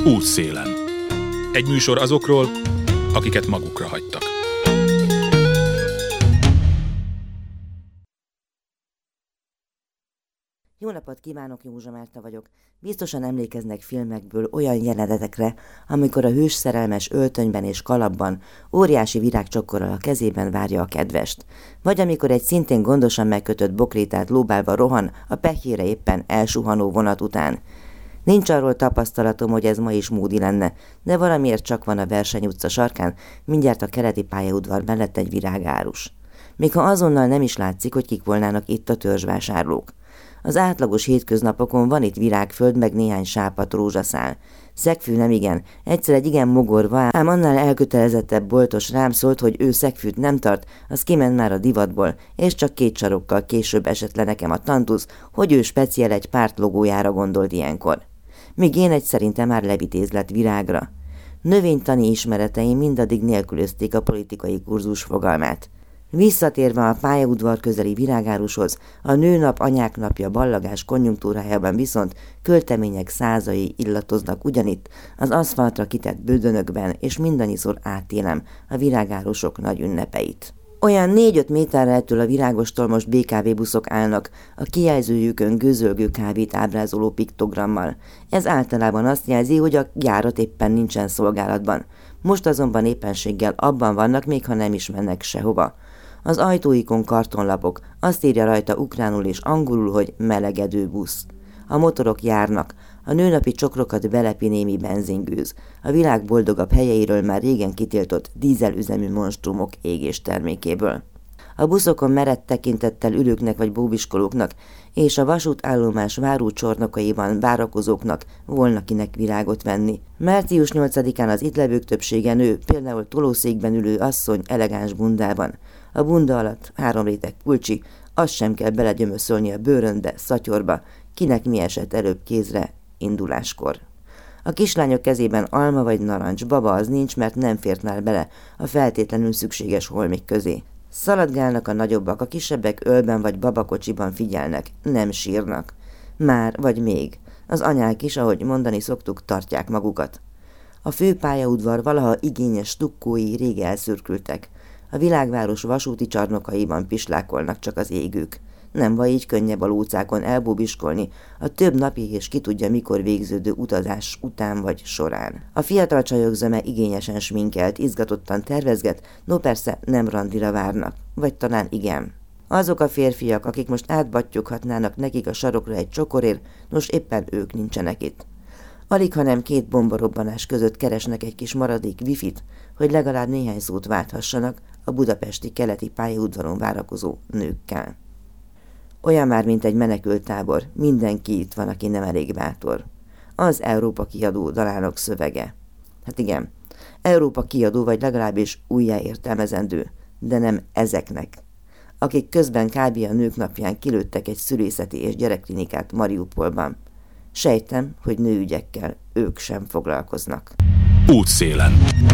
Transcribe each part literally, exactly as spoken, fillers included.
Útszélen. Egy műsor azokról, akiket magukra hagytak. Jó napot kívánok, Józsa Márta vagyok. Biztosan emlékeznek filmekből olyan jelenetekre, amikor a hős szerelmes öltönyben és kalapban, óriási virágcsokorral a kezében várja a kedvest. Vagy amikor egy szintén gondosan megkötött bokrétát lóbálva rohan a pehjére éppen elsuhanó vonat után. Nincs arról tapasztalatom, hogy ez ma is módi lenne, de valamiért csak van a Verseny utca sarkán, mindjárt a keleti pályaudvar mellett egy virágárus. Még ha azonnal nem is látszik, hogy kik volnának itt a törzsvásárlók. Az átlagos hétköznapokon van itt virágföld, meg néhány sápadt rózsaszál. Szegfű nem igen, egyszer egy igen mogorva, ám annál elkötelezettebb boltos rám szólt, hogy ő szegfűt nem tart, az kiment már a divatból, és csak két sarokkal később esett le nekem a tantusz, hogy ő speciál egy párt logójára gondolt ilyenkor. Míg én egy szerintem már levitéz lett virágra. Növénytani ismereteim mindaddig nélkülözték a politikai kurzus fogalmát. Visszatérve a pályaudvar közeli virágárushoz, a nőnap, anyák napja ballagás konjunktúrájában viszont költemények százai illatoznak ugyanitt, az aszfaltra kitett bödönökben, és mindannyiszor átélem a virágárusok nagy ünnepeit. Olyan négy-öt méterre ettől a virágostól most bé ká vé buszok állnak, a kijelzőjükön gőzölgő kávét ábrázoló piktogrammal. Ez általában azt jelzi, hogy a járat éppen nincsen szolgálatban. Most azonban éppenséggel abban vannak, még ha nem is mennek sehova. Az ajtóikon kartonlapok, azt írja rajta ukránul és angolul, hogy melegedő busz. A motorok járnak, a nőnapi csokrokat belepi némi benzingőz. A világ boldogabb helyeiről már régen kitiltott dízelüzemű monstrumok égés termékéből. A buszokon merett tekintettel ülőknek vagy bóbiskolóknak, és a vasútállomás várócsornokaiban várakozóknak volna kinek virágot venni. március nyolcadikán az itt levők többsége nő, például tolószékben ülő asszony elegáns bundában. A bunda alatt három réteg pulcsi, azt sem kell belegyömöszölni a bőrönbe, szatyorba, kinek mi esett előbb kézre induláskor. A kislányok kezében alma vagy narancs, baba az nincs, mert nem fért már bele a feltétlenül szükséges holmik közé. Szaladgálnak a nagyobbak, a kisebbek ölben vagy babakocsiban figyelnek, nem sírnak. Már vagy még. Az anyák is, ahogy mondani szoktuk, tartják magukat. A fő pályaudvar valaha igényes stukkói rég elszürkültek. A világváros vasúti csarnokaiban pislákolnak csak az égők. Nem vagy így könnyebb a lócákon elbóbiskolni a több napi és ki tudja mikor végződő utazás után vagy során. A fiatal csajok zöme igényesen sminkelt, izgatottan tervezget, no persze nem randira várnak, vagy talán igen. Azok a férfiak, akik most átbattyoghatnának nekik a sarokra egy csokorért, nos éppen ők nincsenek itt. Alig, hanem két bombarobbanás között keresnek egy kis maradék wifit, hogy legalább néhány szót válthassanak a budapesti keleti pályaudvaron várakozó nőkkel. Olyan már, mint egy menekülttábor, mindenki itt van, aki nem elég bátor. Az Európa kiadó dalánok szövege. Hát igen, Európa kiadó, vagy legalábbis újjáértelmezendő, de nem ezeknek, akik közben kb. A nők napján kilőttek egy szülészeti és gyerekklinikát Mariupolban. Sejtem, hogy nőügyekkel ők sem foglalkoznak. Útszélen.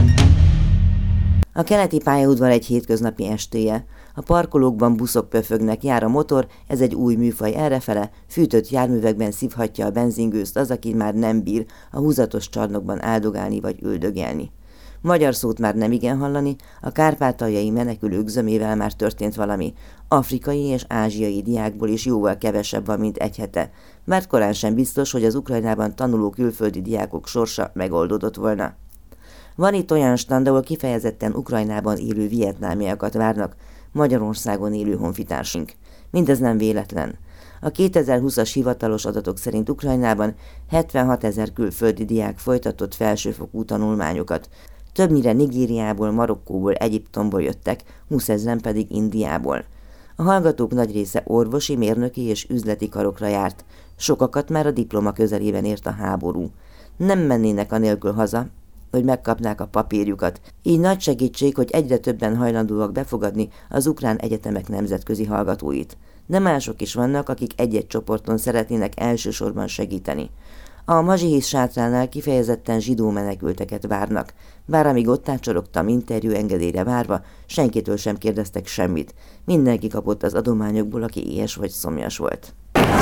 A keleti pályaudvar egy hétköznapi estéje. A parkolókban buszok pöfögnek, jár a motor, ez egy új műfaj errefele, fűtött járművekben szívhatja a benzingőzt az, aki már nem bír a húzatos csarnokban áldogálni vagy üldögélni. Magyar szót már nem igen hallani, a kárpátaljai menekülők zömével már történt valami. Afrikai és ázsiai diákból is jóval kevesebb van, mint egy hete, mert korán sem biztos, hogy az Ukrajnában tanuló külföldi diákok sorsa megoldódott volna. Van itt olyan stand, ahol kifejezetten Ukrajnában élő vietnámiakat várnak, Magyarországon élő honfitársink. Mindez nem véletlen. A kétezer-húszas hivatalos adatok szerint Ukrajnában hetvenhatezer külföldi diák folytatott felsőfokú tanulmányokat. Többnyire Nigériából, Marokkóból, Egyiptomból jöttek, huszezren pedig Indiából. A hallgatók nagy része orvosi, mérnöki és üzleti karokra járt. Sokakat már a diploma közelében ért a háború. Nem mennének anélkül haza, hogy megkapnák a papírjukat. Így nagy segítség, hogy egyre többen hajlandóak befogadni az ukrán egyetemek nemzetközi hallgatóit. De mások is vannak, akik egy-egy csoporton szeretnének elsősorban segíteni. A Mazsihisz sátránál kifejezetten zsidó menekülteket várnak, bár amíg ott átsorogtam interjú engedélyre várva, senkitől sem kérdeztek semmit. Mindenki kapott az adományokból, aki éhes vagy szomjas volt.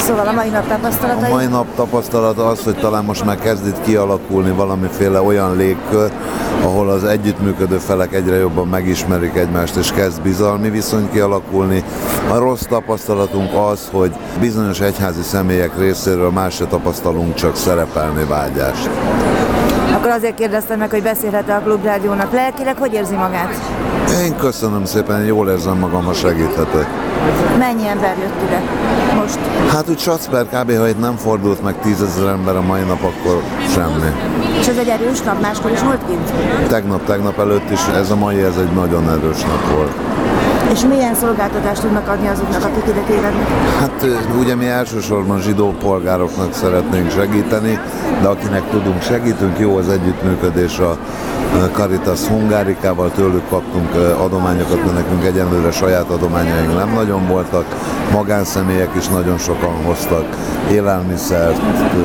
Szóval a mai nap tapasztalatai? A mai nap tapasztalata az, hogy talán most már kezd itt kialakulni valamiféle olyan légkör, ahol az együttműködő felek egyre jobban megismerik egymást, és kezd bizalmi viszony kialakulni. A rossz tapasztalatunk az, hogy bizonyos egyházi személyek részéről más se tapasztalunk, csak szerepelni vágyást. Akkor azért kérdeztem meg, hogy beszélhet-e a Klubrádiónak. Lelkileg hogy érzi magát? Én köszönöm szépen, jól érzem magam, ha segíthetek. Mennyi ember jött ide most? Hát úgy Sacper kb. Ha itt nem fordult meg tízezer ember a mai nap, akkor semmi. És ez egy erős nap, máskor is volt kint? Tegnap, tegnap előtt is, ez a mai, ez egy nagyon erős nap volt. És milyen szolgáltatást tudnak adni azoknak, akik ide tévednek? Hát ugye mi elsősorban zsidó polgároknak szeretnénk segíteni, de akinek tudunk, segítünk. Jó az együttműködés a Caritas Hungárikával, tőlük kaptunk adományokat, mert nekünk egyenlőre saját adományaink nem nagyon voltak. Magánszemélyek is nagyon sokan hoztak élelmiszert,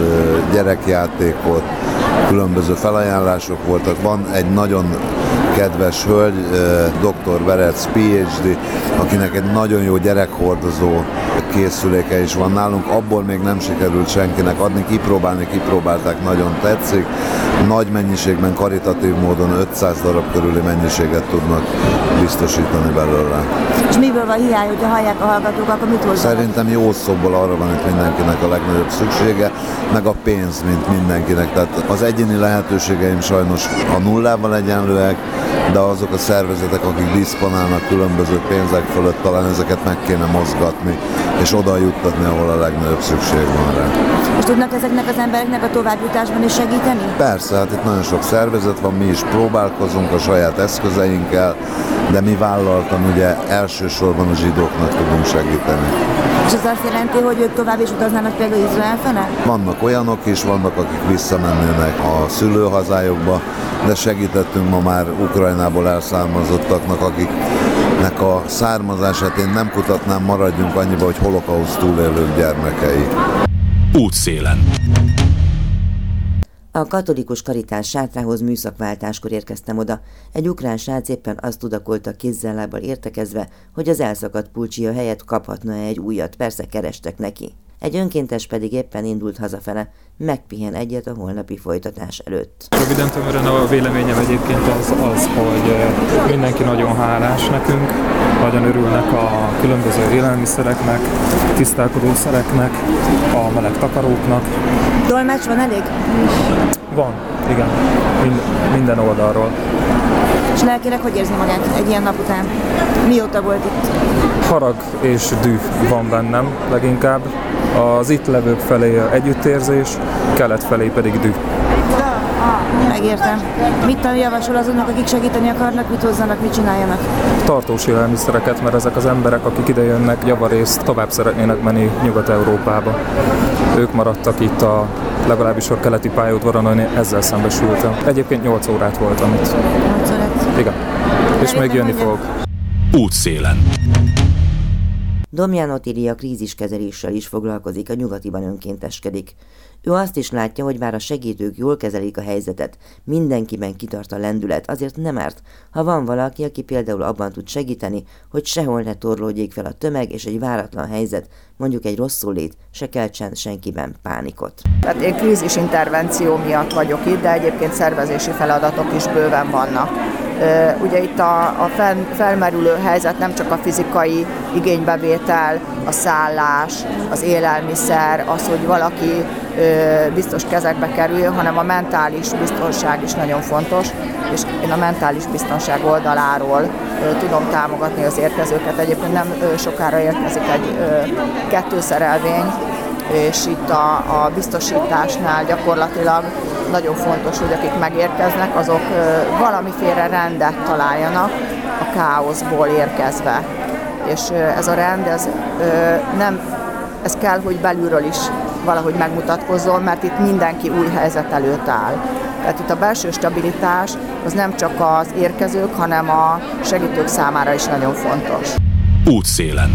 gyerekjátékot, különböző felajánlások voltak. Van egy nagyon kedves hölgy, doktor Verec, pé há dé, akinek egy nagyon jó gyerekhordozó készüléke is van nálunk, abból még nem sikerült senkinek adni, kipróbálni, kipróbálták, nagyon tetszik. Nagy mennyiségben, karitatív módon ötszáz darab körüli mennyiséget tudnak biztosítani belőle. És miből van hiány, hogyha hallják a hallgatók, akkor mit hozzanak? Szerintem jó szóból arra van itt mindenkinek a legnagyobb szüksége, meg a pénz, mint mindenkinek. Tehát az egyéni lehetőségeim sajnos a nullával egyenlőek, de azok a szervezetek, akik diszponálnak különböző pénzek fölött, talán ezeket meg kéne mozgatni, és oda juttatni, ahol a legnagyobb szükség van rá. És tudnak ezeknek az embereknek a továbbjutásban is segíteni? Persze, hát itt nagyon sok szervezet van, mi is próbálkozunk a saját eszközeinkkel, de mi vállaltan ugye elsősorban a zsidóknak tudunk segíteni. És ez azt jelenti, hogy ők tovább is utaznának például Izrael fele? Vannak olyanok is, vannak, akik visszamennének a szülőhazájukba, de segítettünk ma már Ukrajnából elszármazottaknak, akiknek a származását én nem kutatnám, maradjunk annyiba, hogy holokauszt túlélők gyermekei. Útszélen. A katolikus Karitás sátrához műszakváltáskor érkeztem oda. Egy ukrán srác éppen azt tudakolta kézzel-lábbal értekezve, hogy az elszakadt pulcsia helyett kaphatna egy újat, persze kerestek neki. Egy önkéntes pedig éppen indult hazafele, megpihen egyet a holnapi folytatás előtt. Röviden tömören a véleményem egyébként az, az, hogy mindenki nagyon hálás nekünk, nagyon örülnek a különböző élelmiszereknek, tisztálkodószereknek, a meleg takaróknak. Tolmács van elég? Van, igen, Mind, minden oldalról. És lelkileg hogy érzi magát egy ilyen nap után? Mióta volt itt? Harag és düh van bennem leginkább. Az itt levők felé együttérzés, kelet felé pedig düh. Megértem. Mit javasol azoknak, akik segíteni akarnak, mit hozzanak, mit csináljanak? Tartós élelmiszereket, mert ezek az emberek, akik ide jönnek, javarészt tovább szeretnének menni Nyugat-Európába. Ők maradtak itt a legalábbis a keleti pályaudvaron, én ezzel szembesültem. Egyébként nyolc órát voltam itt. nyolc órát? Igen. És még jönni fogok. Útszélen. Domján Otília kríziskezeléssel is foglalkozik, a Nyugatiban önkénteskedik. Ő azt is látja, hogy bár a segítők jól kezelik a helyzetet, mindenkiben kitart a lendület, azért nem árt, ha van valaki, aki például abban tud segíteni, hogy sehol ne torlódjék fel a tömeg, és egy váratlan helyzet, mondjuk egy rosszulét, se keltsen senkiben pánikot. Hát én krízisintervenció miatt vagyok itt, de egyébként szervezési feladatok is bőven vannak. Ugye itt a, a fel, felmerülő helyzet nem csak a fizikai igénybevétel, a szállás, az élelmiszer, az, hogy valaki biztos kezekbe kerüljön, hanem a mentális biztonság is nagyon fontos, és én a mentális biztonság oldaláról tudom támogatni az érkezőket. Egyébként nem sokára érkezik egy kettőszerelvény, és itt a, a biztosításnál gyakorlatilag nagyon fontos, hogy akik megérkeznek, azok valamiféle rendet találjanak a káoszból érkezve. És ez a rend, ez nem, ez kell, hogy belülről is valahogy megmutatkozzon, mert itt mindenki új helyzet előtt áll. Tehát itt a belső stabilitás az nem csak az érkezők, hanem a segítők számára is nagyon fontos. Útszélen.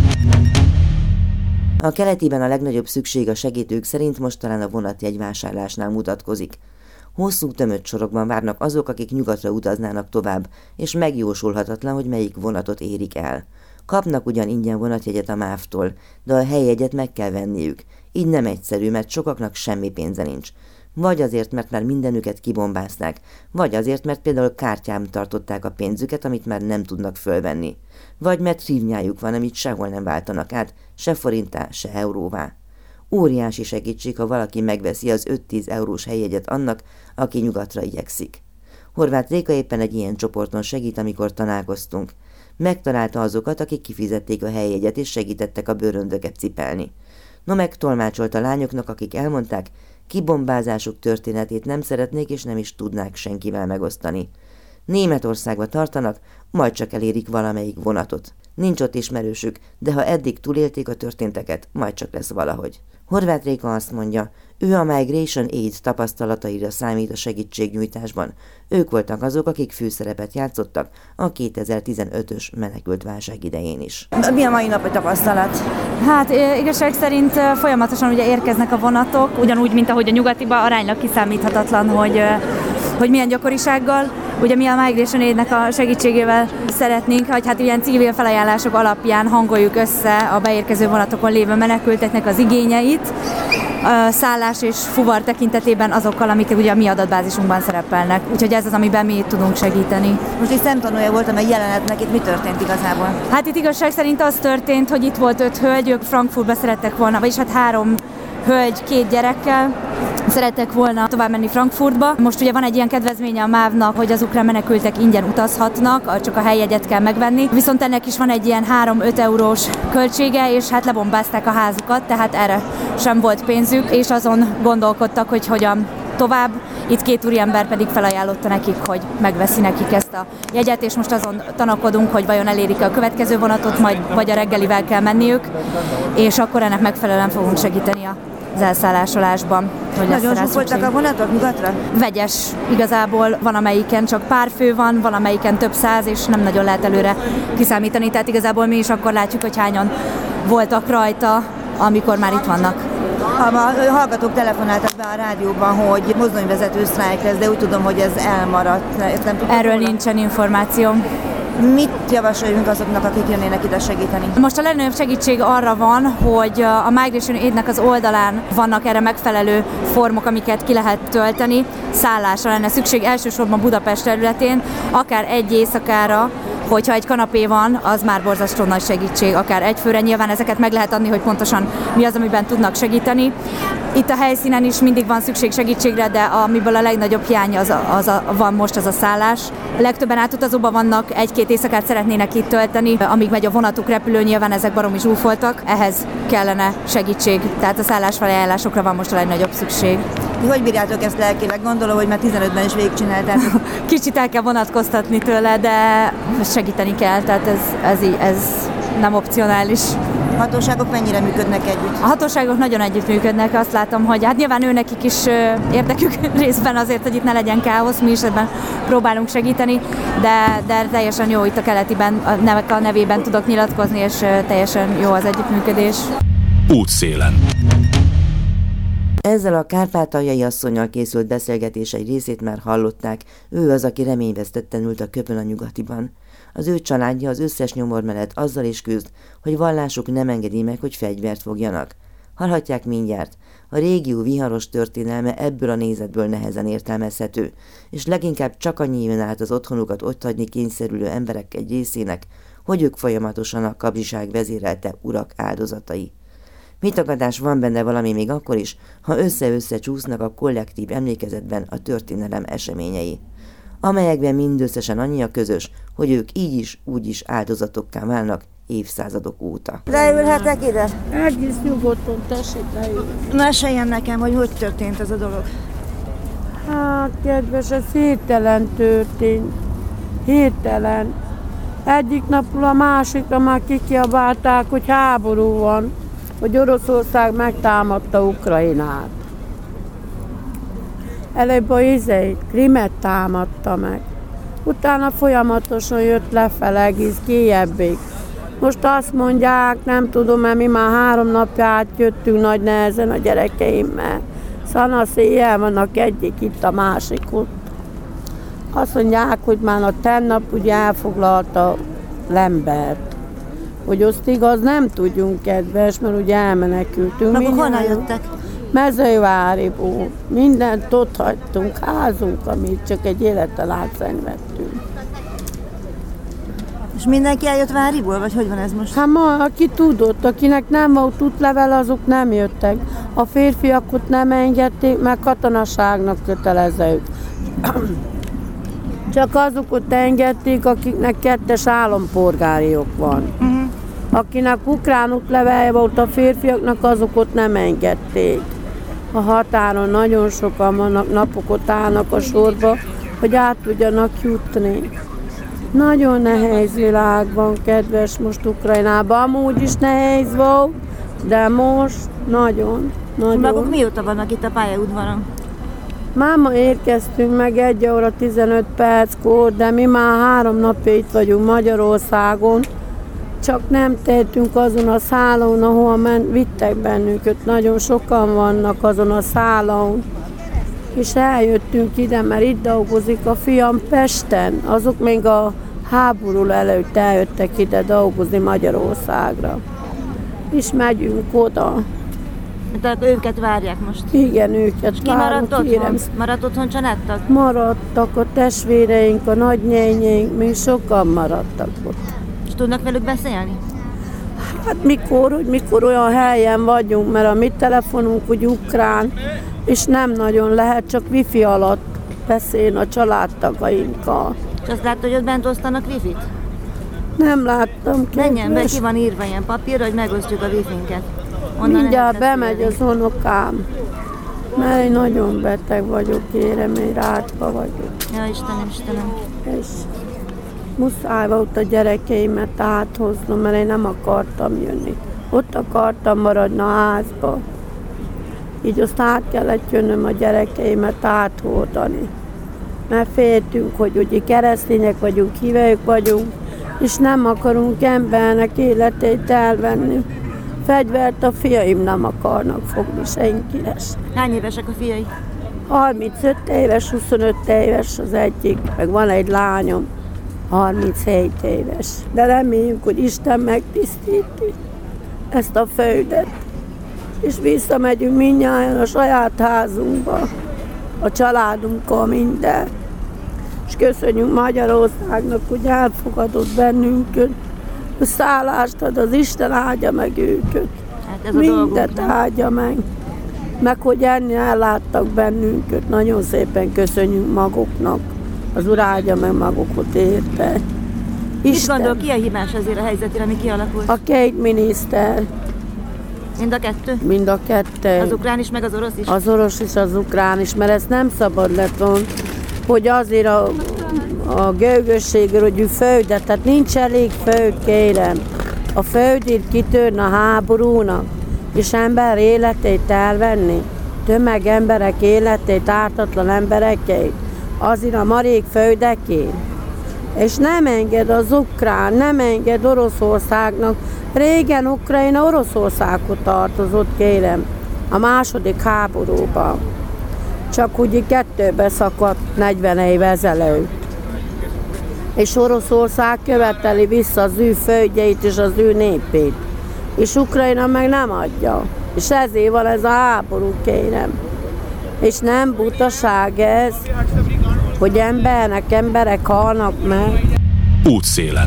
A keletiben a legnagyobb szükség a segítők szerint most talán a vonatjegyvásárlásnál mutatkozik. Hosszú tömött sorokban várnak azok, akik nyugatra utaznának tovább, és megjósolhatatlan, hogy melyik vonatot érik el. Kapnak ugyan ingyen vonatjegyet a MÁV-tól, de a helyjegyet meg kell venniük, így nem egyszerű, mert sokaknak semmi pénze nincs. Vagy azért, mert már mindenüket kibombázták, vagy azért, mert például kártyán tartották a pénzüket, amit már nem tudnak fölvenni. Vagy mert hívnyájuk van, amit sehol nem váltanak át, se forinttá, se euróvá. Óriási segítség, ha valaki megveszi az öt-tíz eurós helyjegyet annak, aki nyugatra igyekszik. Horváth Réka éppen egy ilyen csoporton segít, amikor találkoztunk. Megtalálta azokat, akik kifizették a helyjegyet és segítettek a bőröndöket cipelni. No meg tolmácsolt a lányoknak, akik elmondták, kibombázásuk történetét nem szeretnék és nem is tudnák senkivel megosztani. Németországba tartanak, majd csak elérik valamelyik vonatot. Nincs ott ismerősük, de ha eddig túlélték a történteket, majd csak lesz valahogy. Horváth Réka azt mondja, ő a Migration Aid tapasztalataira számít a segítségnyújtásban. Ők voltak azok, akik főszerepet játszottak a kétezer-tizenötös menekült válság idején is. Mi a mai nap a tapasztalat? Hát igazság szerint folyamatosan ugye érkeznek a vonatok, ugyanúgy, mint ahogy a nyugatiba, aránylag kiszámíthatatlan, hogy, hogy milyen gyakorisággal. Ugye mi a Migration Aidnek a segítségével szeretnénk, hogy hát ilyen civil felajánlások alapján hangoljuk össze a beérkező vonatokon lévő menekülteknek az igényeit, a szállás és fuvar tekintetében azokkal, amik ugye a mi adatbázisunkban szerepelnek. Úgyhogy ez az, amiben mi tudunk segíteni. Most itt szemtanúja voltam egy jelenetnek, itt mi történt igazából? Hát itt igazság szerint az történt, hogy itt volt öt hölgy, ők Frankfurtba szerettek volna, vagyis hát három hölgy, két gyerekkel szerettek volna tovább menni Frankfurtba. Most ugye van egy ilyen kedvezménye a mávnak, hogy az ukrán menekültek ingyen utazhatnak, csak a helyjegyet kell megvenni. Viszont ennek is van egy ilyen három-öt eurós költsége, és hát lebombázták a házukat, tehát erre sem volt pénzük, és azon gondolkodtak, hogy hogyan tovább. Itt két úriember pedig felajánlotta nekik, hogy megveszi nekik ezt a jegyet, és most azon tanakodunk, hogy vajon elérik a következő vonatot, majd vagy a reggelivel kell menniük, és akkor ennek megfelelően fogunk segíteni az elszállásolásban. Hogy nagyon zsúfoltak a vonatok nyugatra? Vegyes. Igazából van, amelyiken csak pár fő van, van, amelyiken több száz, és nem nagyon lehet előre kiszámítani. Tehát igazából mi is akkor látjuk, hogy hányan voltak rajta, amikor már itt vannak. A hallgatók telefonáltak be a rádióban, hogy mozdonyvezető sztrájk lesz, de úgy tudom, hogy ez elmaradt. Nem Erről volna? Nincsen információm. Mit javasoljunk azoknak, akik jönnének ide segíteni? Most a legnagyobb segítség arra van, hogy a Migration Aidnek az oldalán vannak erre megfelelő formok, amiket ki lehet tölteni. Szállásra lenne szükség elsősorban Budapest területén, akár egy éjszakára, hogyha egy kanapé van, az már borzasztó nagy segítség, akár egy főre. Nyilván ezeket meg lehet adni, hogy pontosan mi az, amiben tudnak segíteni. Itt a helyszínen is mindig van szükség segítségre, de amiből a legnagyobb hiány az a, az a, van most az a szállás. Legtöbben átutazóban vannak, egy-két éjszakát szeretnének itt tölteni, amíg megy a vonatuk, repülő, nyilván ezek baromi zsúfoltak, ehhez kellene segítség, tehát a szállásfelajánlásokra van most a legnagyobb szükség. Hogy bírjátok ezt lelkileg? Gondolom, hogy már tizenötben is végigcsináltátok. Kicsit el kell vonatkoztatni tőle, de segíteni kell, tehát ez, ez, így, ez nem opcionális. A hatóságok mennyire működnek együtt? A hatóságok nagyon együtt működnek, azt látom, hogy hát nyilván ő nekik is érdekük részben azért, hogy itt ne legyen káosz, mi is ebben próbálunk segíteni, de, de teljesen jó itt a keletiben, a nevek a nevében tudok nyilatkozni, és teljesen jó az együttműködés. Útszélen. Ezzel a kárpátaljai asszonnyal készült beszélgetés egy részét már hallották, ő az, aki reményvesztetten ült a köpön a nyugatiban. Az ő családja az összes nyomor mellett azzal is küzd, hogy vallásuk nem engedi meg, hogy fegyvert fogjanak. Hallhatják mindjárt, a régió viharos történelme ebből a nézetből nehezen értelmezhető, és leginkább csak annyi jön át az otthonukat otthagyni kényszerülő emberek egy részének, hogy ők folyamatosan a kapzsiság vezérelte urak áldozatai. Mitagadás van benne valami még akkor is, ha össze-össze csúsznak a kollektív emlékezetben a történelem eseményei, amelyekben mindösszesen annyi a közös, hogy ők így is, úgy is áldozatokká válnak évszázadok óta. Leülhetek ide? Egész nyugodtan, tessék leülni. Meséljen nekem, hogy hogy történt ez a dolog. Hát, kedves, ez hirtelen történt. Hirtelen. Egyik napról a másikra már kikiabálták, hogy háború van, hogy Oroszország megtámadta Ukrajnát. Előbb a izeit, Krimet támadta meg. Utána folyamatosan jött lefele egész Kijebbig. Most azt mondják, nem tudom, mert mi már három napja átjöttünk nagy nehezen a gyerekeimmel. Szanasz éjjel vannak egyik itt, a másik ott. Azt mondják, hogy már a tennap ugye elfoglalta Lembert. hogy azt igaz nem tudjunk, kedves, mert ugye elmenekültünk. Akkor honnan jöttek? Mezőváriból. Mindent ott hagytunk, házunk, amit csak egy élettel átszenvedtünk. És mindenki eljött Váriból, vagy hogy van ez most? Hát ma, aki tudott, akinek nem volt útlevel, azok nem jöttek. A férfiakot nem engedték, mert katonaságnak kötelező. Csak azokat engedték, akiknek kettes állampolgáriok van. Uh-huh. Akinek ukrán útlevelje volt a férfiaknak, azokat nem engedték. A határon nagyon sokan vannak, napokot állnak a sorba, hogy át tudjanak jutni. Nagyon nehéz világ van, kedves, most Ukrajnában. Amúgy is nehéz volt, de most nagyon, nagyon. Maguk mióta vannak itt a pályaudvaron? Máma érkeztünk meg egy óra tizenöt perckor, de mi már három napja itt vagyunk Magyarországon. Csak nem tehetünk azon a szálon, ahol ment, vittek bennünket. Nagyon sokan vannak azon a szálon. És eljöttünk ide, mert itt dolgozik a fiam Pesten. Azok még a háború előtt eljöttek ide dolgozni Magyarországra. És megyünk oda. Tehát őket várják most? Igen, őket és ki maradt otthon? Kérem. Maradt otthon családtag? Maradtak a testvéreink, a nagynényénk, még sokan maradtak ott. És tudnak velük beszélni? Hát mikor, hogy mikor olyan helyen vagyunk, mert a mi telefonunk úgy ukrán, és nem nagyon lehet, csak wifi alatt beszélni a családtagainkkal. És azt látta, hogy ott bent osztanak wifit? Nem láttam. Menjen be, ki van írva ilyen papírra, hogy megosztjuk a wifinket. Onnan mindjárt bemegy az unokám, mert én nagyon beteg vagyok, kérem, én rátva vagyok. Ja, Istenem, Istenem. És muszáj volt a gyerekeimet áthoznom, mert én nem akartam jönni. Ott akartam maradni a házba. Így azt át kellett jönnöm a gyerekeimet áthordani. Mert féltünk, hogy ugye keresztények vagyunk, hívők vagyunk, és nem akarunk embernek életét elvenni. Fegyvert a fiaim nem akarnak fogni senkire. Hány évesek a fiai? harmincöt éves, huszonöt éves az egyik, meg van egy lányom, harminchét éves. De reméljük, hogy Isten megtisztíti ezt a földet, és visszamegyünk mindnyájan a saját házunkba, a családunkkal minden. És köszönjük Magyarországnak, hogy elfogadott bennünket, a szállást ad, az Isten áldja meg őket. Hát ez a mindet dolgunk, áldja meg. Meg hogy enni elláttak bennünket. Nagyon szépen köszönjük maguknak. Az Úr áldja meg magukat érte. Mit gondol, ki a hibás ezért a helyzetére, ami kialakult? A két miniszter. Mind a kettő? Mind a kettő. Az ukrán is, meg az orosz is? Az orosz is, az ukrán is, mert ez nem szabad lett volna, hogy azért a, a gőgösségről, hogy földet, tehát nincs elég föld, kérem. A földért kitörne a háborúnak, és ember életét elvenni, tömeg emberek életét, ártatlan emberekét, azért a marék földekét. És nem enged az ukrán, nem enged Oroszországnak. Régen Ukrajna Oroszországhoz tartozott, kérem, a második háborúban. Csak úgy kettőbe szakadt negyven év ezelőtt. És Oroszország követeli vissza az ő földjeit és az ő népét. És Ukrajna meg nem adja. És ezért van ez a háború, kérem. És nem butaság ez, hogy embernek emberek halnak meg. Útszélen.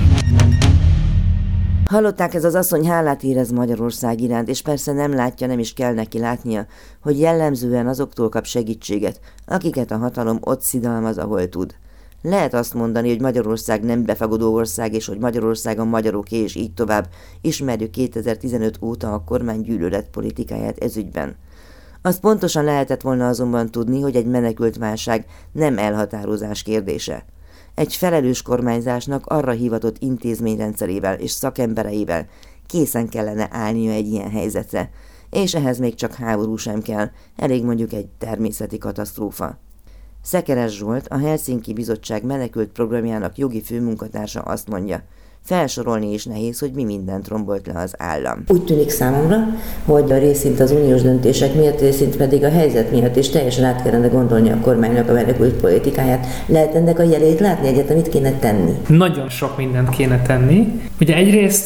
Hallották, ez az asszony hálát érez Magyarország iránt, és persze nem látja, nem is kell neki látnia, hogy jellemzően azoktól kap segítséget, akiket a hatalom ott szidalmaz, ahol tud. Lehet azt mondani, hogy Magyarország nem befogadó ország, és hogy Magyarország a magyaroké, és így tovább. Ismerjük kétezer-tizenöt óta a kormány gyűlölet politikáját ezügyben. Azt pontosan lehetett volna azonban tudni, hogy egy menekültválság nem elhatározás kérdése. Egy felelős kormányzásnak arra hivatott intézményrendszerével és szakembereivel készen kellene állnia egy ilyen helyzetre, és ehhez még csak háború sem kell, elég mondjuk egy természeti katasztrófa. Szekeres Zsolt, a Helsinki Bizottság menekült programjának jogi főmunkatársa azt mondja, felsorolni is nehéz, hogy mi mindent rombolt le az állam. Úgy tűnik számomra, hogy a részint az uniós döntések miatt, részint pedig a helyzet miatt is teljesen át kellene gondolni a kormánynak a menekült politikáját. Lehet ennek a jelét látni, egyáltalán mit kéne tenni? Nagyon sok mindent kéne tenni. Ugye egyrészt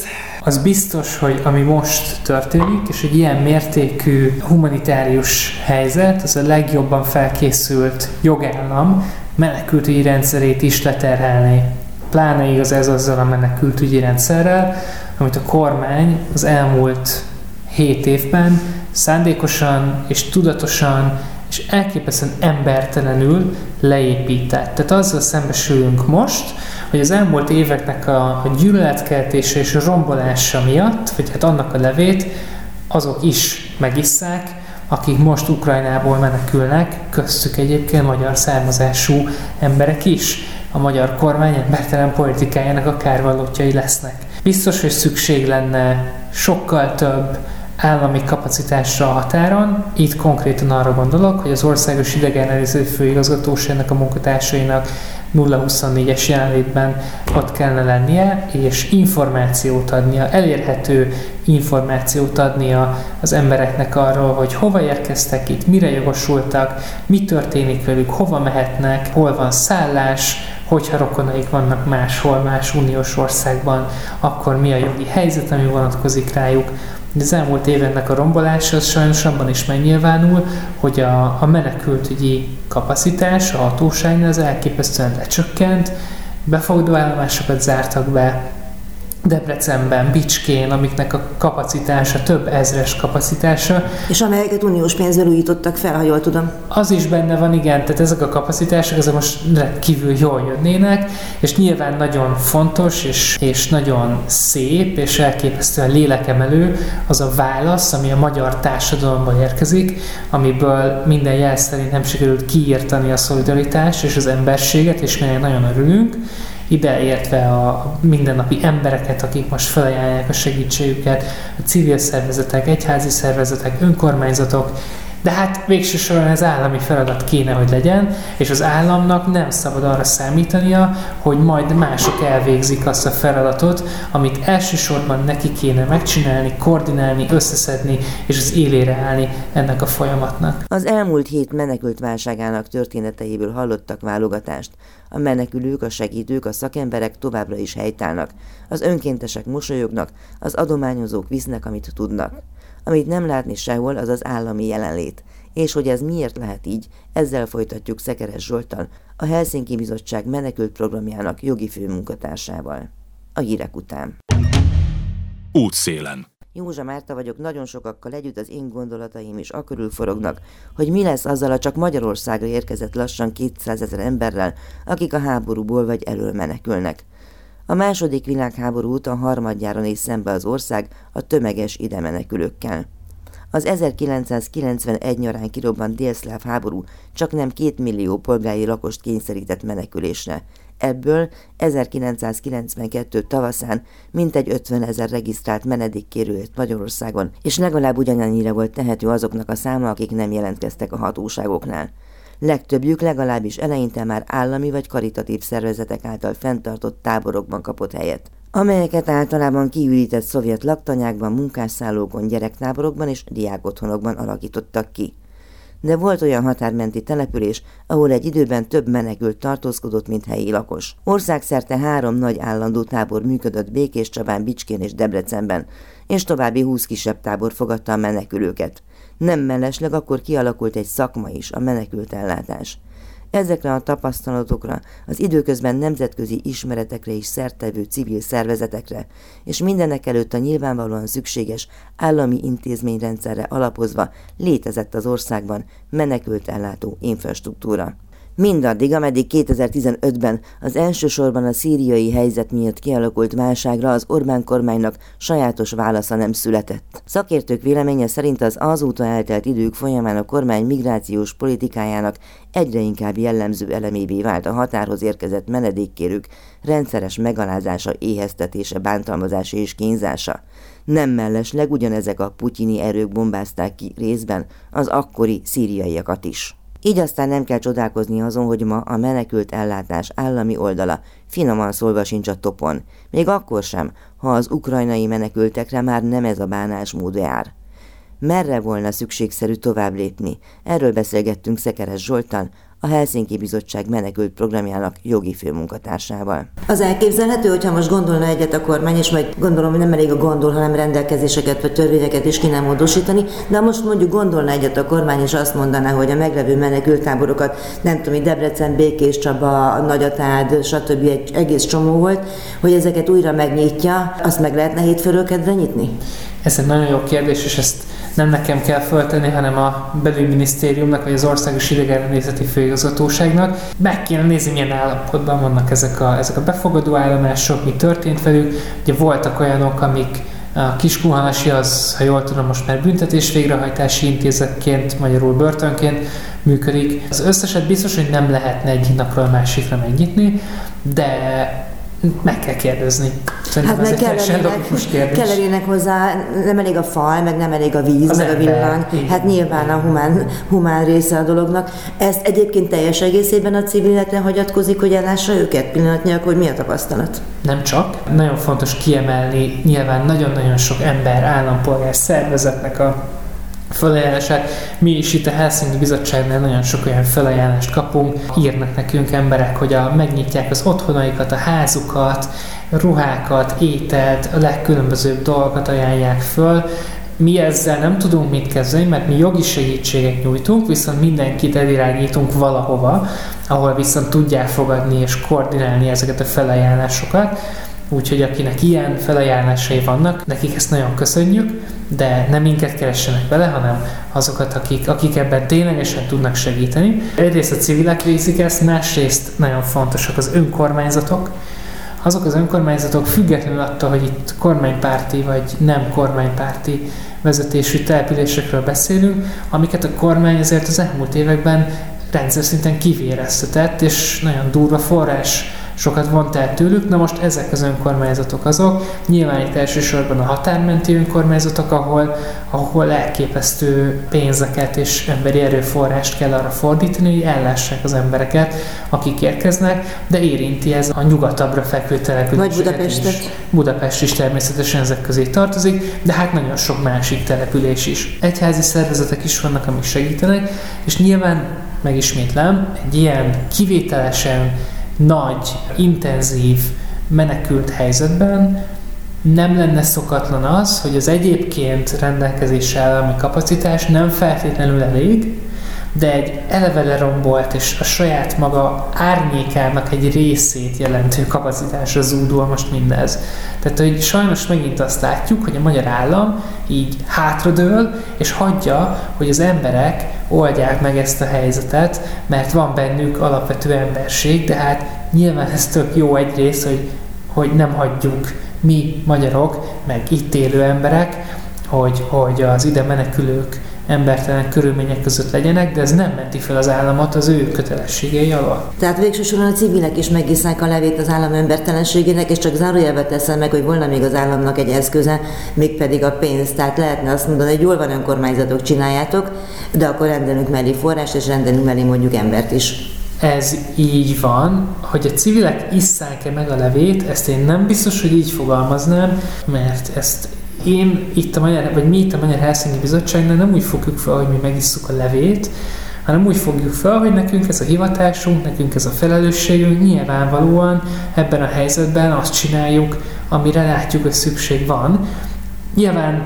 Az biztos, hogy ami most történik, és egy ilyen mértékű humanitárius helyzet, az a legjobban felkészült jogállam menekültügyi rendszerét is leterhelné. Pláne igaz ez azzal a menekültügyi rendszerrel, amit a kormány az elmúlt hét évben szándékosan és tudatosan és elképesztően embertelenül leépített. Tehát azzal szembesülünk most, hogy az elmúlt éveknek a, a gyűlöletkeltése és a rombolása miatt, vagy hát annak a levét, azok is megisszák, akik most Ukrajnából menekülnek, köztük egyébként magyar származású emberek is. A magyar kormány embertelen politikájának a kárvallottjai lesznek. Biztos, hogy szükség lenne sokkal több állami kapacitásra a határon. Itt konkrétan arra gondolok, hogy az Országos Idegenellenőrző Főigazgatóságnak a munkatársainak nulla huszonnégyes jelenlétben ott kellene lennie, és információt adnia, elérhető információt adnia az embereknek arról, hogy hova érkeztek itt, mire jogosultak, mi történik velük, hova mehetnek, hol van szállás, hogyha rokonaik vannak máshol, más uniós országban, akkor mi a jogi helyzet, ami vonatkozik rájuk. De az elmúlt évennek a rombolása az sajnos abban is megnyilvánul, hogy a, a menekültügyi kapacitás a hatóságnál az elképesztően lecsökkent, befogadóállomásokat zártak be Debrecenben, Bicskén, amiknek a kapacitása több ezres kapacitása. És amelyeket uniós pénzzel újítottak fel, ha jól tudom. Az is benne van, igen, tehát ezek a kapacitások, ezek most kívül jól jönnének, és nyilván nagyon fontos, és, és nagyon szép, és elképesztően lélekemelő az a válasz, ami a magyar társadalomban érkezik, amiből minden jel szerint nem sikerült kiírtani a szolidaritást és az emberséget, és mi nagyon örülünk, ideértve a mindennapi embereket, akik most felajánlják a segítségüket, a civil szervezetek, egyházi szervezetek, önkormányzatok, de hát végső soron ez állami feladat kéne, hogy legyen, és az államnak nem szabad arra számítania, hogy majd mások elvégzik azt a feladatot, amit elsősorban neki kéne megcsinálni, koordinálni, összeszedni, és az élére állni ennek a folyamatnak. Az elmúlt hét menekült válságának történeteiből hallottak válogatást. A menekülők, a segítők, a szakemberek továbbra is helytállnak. Az önkéntesek mosolyognak, az adományozók visznek, amit tudnak. Amit nem látni sehol, az az állami jelenlét. És hogy ez miért lehet így, ezzel folytatjuk Szekeres Zsolttal, a Helsinki Bizottság menekült programjának jogi főmunkatársával. A hírek után. Útszélen. Józsa Márta vagyok, nagyon sokakkal együtt az én gondolataim is akörül forognak, hogy mi lesz azzal a csak Magyarországra érkezett lassan kétszázezer emberrel, akik a háborúból vagy elől menekülnek. A második világháború után harmadjára néz szembe az ország a tömeges idemenekülőkkel. Az ezerkilencszázkilencvenegy nyarán kirobbant délszláv háború csak nem két millió polgári lakost kényszerített menekülésre. Ebből ezerkilencszázkilencvenkettő tavaszán mintegy ötvenezer regisztrált menedékkérő ért Magyarországon, és legalább ugyanannyira volt tehető azoknak a száma, akik nem jelentkeztek a hatóságoknál. Legtöbbjük legalábbis eleinte már állami vagy karitatív szervezetek által fenntartott táborokban kapott helyet, amelyeket általában kiürített szovjet laktanyákban, munkásszállókon, gyerektáborokban és diákotthonokban alakítottak ki. De volt olyan határmenti település, ahol egy időben több menekült tartózkodott, mint helyi lakos. Országszerte három nagy állandó tábor működött Békéscsabán, Bicskén és Debrecenben, és további húsz kisebb tábor fogadta a menekülőket. Nem mellesleg akkor kialakult egy szakma is, a menekült ellátás. Ezekre a tapasztalatokra, az időközben nemzetközi ismeretekre is szerttevő civil szervezetekre, és mindenek előtt a nyilvánvalóan szükséges állami intézményrendszerre alapozva létezett az országban menekült ellátó infrastruktúra. Mindaddig, ameddig kétezer-tizenötben az elsősorban a szíriai helyzet miatt kialakult válságra az Orbán kormánynak sajátos válasza nem született. Szakértők véleménye szerint az azóta eltelt idők folyamán a kormány migrációs politikájának egyre inkább jellemző elemévé vált a határhoz érkezett menedékkérők rendszeres megalázása, éheztetése, bántalmazása és kínzása. Nem mellesleg ugyanezek a putyini erők bombázták ki részben az akkori szíriaiakat is. Így aztán nem kell csodálkozni azon, hogy ma a menekült ellátás állami oldala finoman szólva sincs a topon, még akkor sem, ha az ukrajnai menekültekre már nem ez a bánásmód jár. Merre volna szükségszerű tovább lépni? Erről beszélgettünk Szekeres Zsolttal, a Helsinki Bizottság menekült programjának jogi főmunkatársával. Az elképzelhető, hogyha most gondolna egyet a kormány, és majd gondolom, hogy nem elég a gondol, hanem rendelkezéseket vagy törvényeket is kéne módosítani, de most mondjuk gondolna egyet a kormány, és azt mondaná, hogy a meglevő menekülttáborokat, nem tudom, Debrecen, Békés Csaba, Nagyatád, stb. Egy egész csomó volt, hogy ezeket újra megnyitja, azt meg lehetne hétfőről kedre nyitni? Ez egy nagyon jó kérdés, és ezt nem nekem kell föltenni, hanem a belügyminisztériumnak, vagy az Országos Idegenrendészeti Főigazgatóságnak. Meg kéne nézni, milyen állapotban vannak ezek a, ezek a befogadó állomások, mi történt velük. Ugye voltak olyanok, amik a Kiskunhalasi, az, ha jól tudom, most már büntetés végrehajtási intézetként, magyarul börtönként működik. Az összeset biztos, hogy nem lehetne egyik napról a másikra megnyitni, de meg kell kérdezni. Szerintem hát ez meg egy kellenének, kellenének hozzá, nem elég a fal, meg nem elég a víz, az meg ember, a villany. így. Hát nyilván a humán, humán része a dolognak. Ezt egyébként teljes egészében a civilekre hagyatkozik, hogy ellássa őket pillanatnyilag, hogy mi a tapasztalat? Nem csak. Nagyon fontos kiemelni nyilván nagyon-nagyon sok ember, állampolgár, szervezetnek a felajánlását. Mi is itt a Helsinki Bizottságnál nagyon sok olyan felajánlást kapunk. Írnak nekünk emberek, hogy a, megnyitják az otthonaikat, a házukat, ruhákat, ételt, a legkülönbözőbb dolgokat ajánlják föl. Mi ezzel nem tudunk mit kezdeni, mert mi jogi segítséget nyújtunk, viszont mindenkit elirányítunk valahova, ahol viszont tudják fogadni és koordinálni ezeket a felajánlásokat. Úgyhogy akinek ilyen felajánlásai vannak, nekik ezt nagyon köszönjük, de nem minket keressenek vele, hanem azokat, akik, akik ebben ténylegesen tudnak segíteni. Egyrészt a civilek végzik ezt, másrészt nagyon fontosak az önkormányzatok. Azok az önkormányzatok függetlenül attól, hogy itt kormánypárti vagy nem kormánypárti vezetésű településekről beszélünk, amiket a kormány azért az elmúlt években rendszer szinten kivéreztetett, és nagyon durva forrás sokat vont el tőlük. Na most ezek az önkormányzatok azok, nyilván itt elsősorban a határmenti önkormányzatok, ahol, ahol elképesztő pénzeket és emberi erőforrást kell arra fordítani, hogy ellássák az embereket, akik érkeznek, de érinti ez a nyugatabbra fekvő településeket. Vagy Budapestet. Is. Budapest is természetesen ezek közé tartozik, de hát nagyon sok másik település is. Egyházi szervezetek is vannak, amik segítenek, és nyilván, megismétlem, egy ilyen kivételesen nagy, intenzív, menekült helyzetben nem lenne szokatlan az, hogy az egyébként rendelkezésre állami kapacitás nem feltétlenül elég, de egy eleve lerombolt és a saját maga árnyékának egy részét jelentő kapacitásra zúdul most mindez. Tehát, hogy sajnos megint azt látjuk, hogy a magyar állam így hátradől, és hagyja, hogy az emberek oldják meg ezt a helyzetet, mert van bennük alapvető emberség, de hát nyilván ez tök jó egyrészt, hogy, hogy nem hagyjuk mi magyarok, meg itt élő emberek, hogy, hogy az ide menekülők embertelen körülmények között legyenek, de ez nem menti fel az államot az ő kötelességei alól. Tehát végső soron a civilek is megisszák a levét az állam embertelenségének, és csak zárójelbe teszem meg, hogy volna még az államnak egy eszköze, mégpedig a pénz. Tehát lehetne azt mondani, hogy jól van, önkormányzatok, csináljátok, de akkor rendelünk mellé forrást, és rendelünk mellé mondjuk embert is. Ez így van, hogy a civilek isszák-e meg a levét, ezt én nem biztos, hogy így fogalmaznám, mert ezt én itt a Magyar, vagy mi itt a Magyar Helsinki Bizottságnál nem úgy fogjuk fel, hogy mi megisszuk a levét, hanem úgy fogjuk fel, hogy nekünk ez a hivatásunk, nekünk ez a felelősségünk, nyilvánvalóan ebben a helyzetben azt csináljuk, amire látjuk, hogy szükség van. Nyilván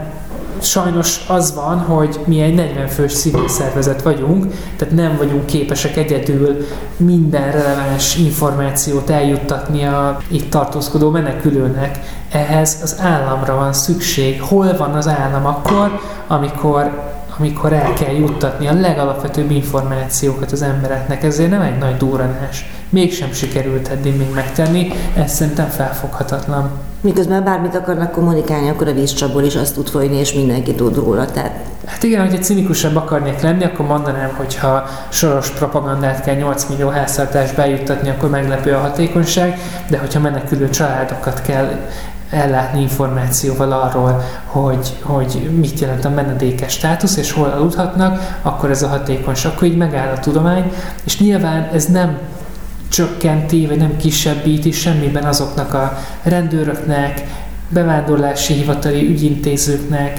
sajnos az van, hogy mi egy negyven fős civil szervezet vagyunk, tehát nem vagyunk képesek egyedül minden releváns információt eljuttatni a itt tartózkodó menekülőnek. Ehhez az államra van szükség. Hol van az állam akkor, amikor, amikor el kell juttatni a legalapvetőbb információkat az embereknek. Ezért nem egy nagy durranás. Mégsem sikerült eddig még megtenni, ez szerintem felfoghatatlan. Miközben bármit akarnak kommunikálni, akkor a vízcsapból is azt tud folyni, és mindenki tud róla. Tehát... Hát igen, hogyha cinikusabb akarnék lenni, akkor mondanám, hogy ha soros propagandát kell nyolc millió háztartásba eljuttatni, akkor meglepő a hatékonyság, de hogyha menekülő családokat kell ellátni információval arról, hogy, hogy mit jelent a menedékes státusz, és hol aludhatnak, akkor ez a hatékonyság, akkor így megáll a tudomány, és nyilván ez nem csökkenti, vagy nem kisebbíti semmiben azoknak a rendőröknek, bevándorlási hivatali ügyintézőknek